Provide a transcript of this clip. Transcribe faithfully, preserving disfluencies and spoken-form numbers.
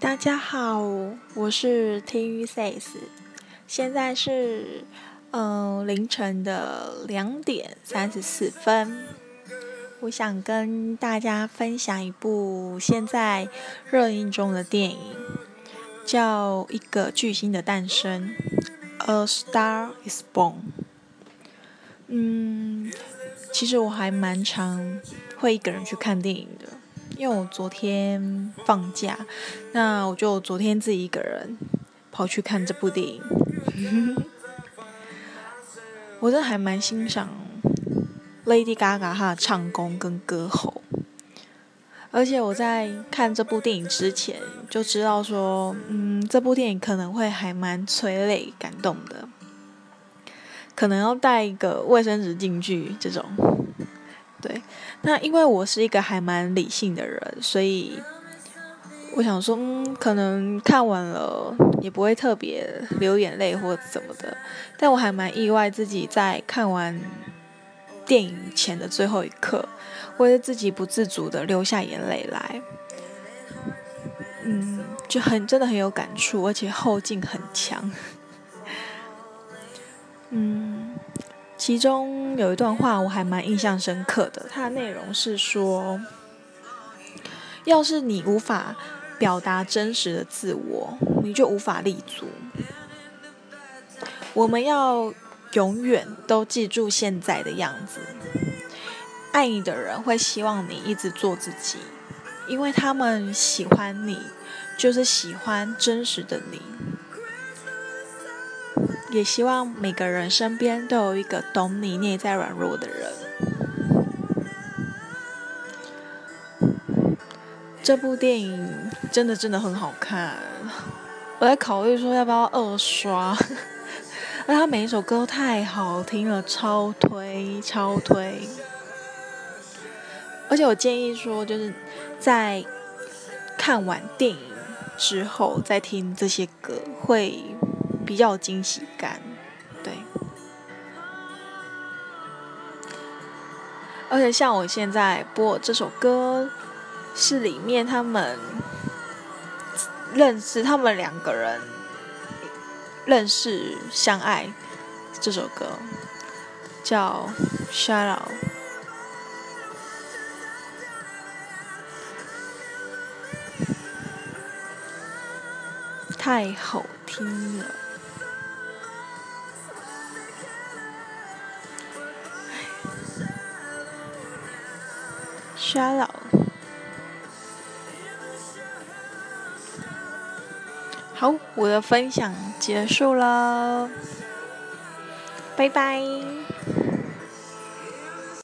大家好，我是 T V Says，现在是嗯、呃、凌晨的两点三十四分。我想跟大家分享一部现在热映中的电影，叫《一个巨星的诞生》（A Star Is Born）。嗯，其实我还蛮常会一个人去看电影的。因为我昨天放假，那我就昨天自己一个人跑去看这部电影。我真的还蛮欣赏 Lady Gaga 她的唱功跟歌喉，而且我在看这部电影之前就知道说，嗯，这部电影可能会还蛮催泪感动的，可能要带一个卫生纸进去这种。对，那因为我是一个还蛮理性的人，所以我想说，嗯，可能看完了也不会特别流眼泪或怎么的，但我还蛮意外自己在看完电影前的最后一刻，会自己不自主的流下眼泪来，嗯，就很真的很有感触，而且后劲很强，嗯。其中有一段话我还蛮印象深刻的，它的内容是说，要是你无法表达真实的自我，你就无法立足。我们要永远都记住现在的样子。爱你的人会希望你一直做自己，因为他们喜欢你，就是喜欢真实的你。也希望每个人身边都有一个懂你内在软弱的人。这部电影真的真的很好看，我在考虑说要不要二刷，而他每一首歌都太好听了，超推超推。而且我建议说，就是在看完电影之后再听这些歌，会比较有惊喜感。对，而且像我现在播这首歌，是里面他们认识，他们两个人认识相爱这首歌，叫《Shallow》。太好听了。Shallow。好，我的分享结束了，拜拜。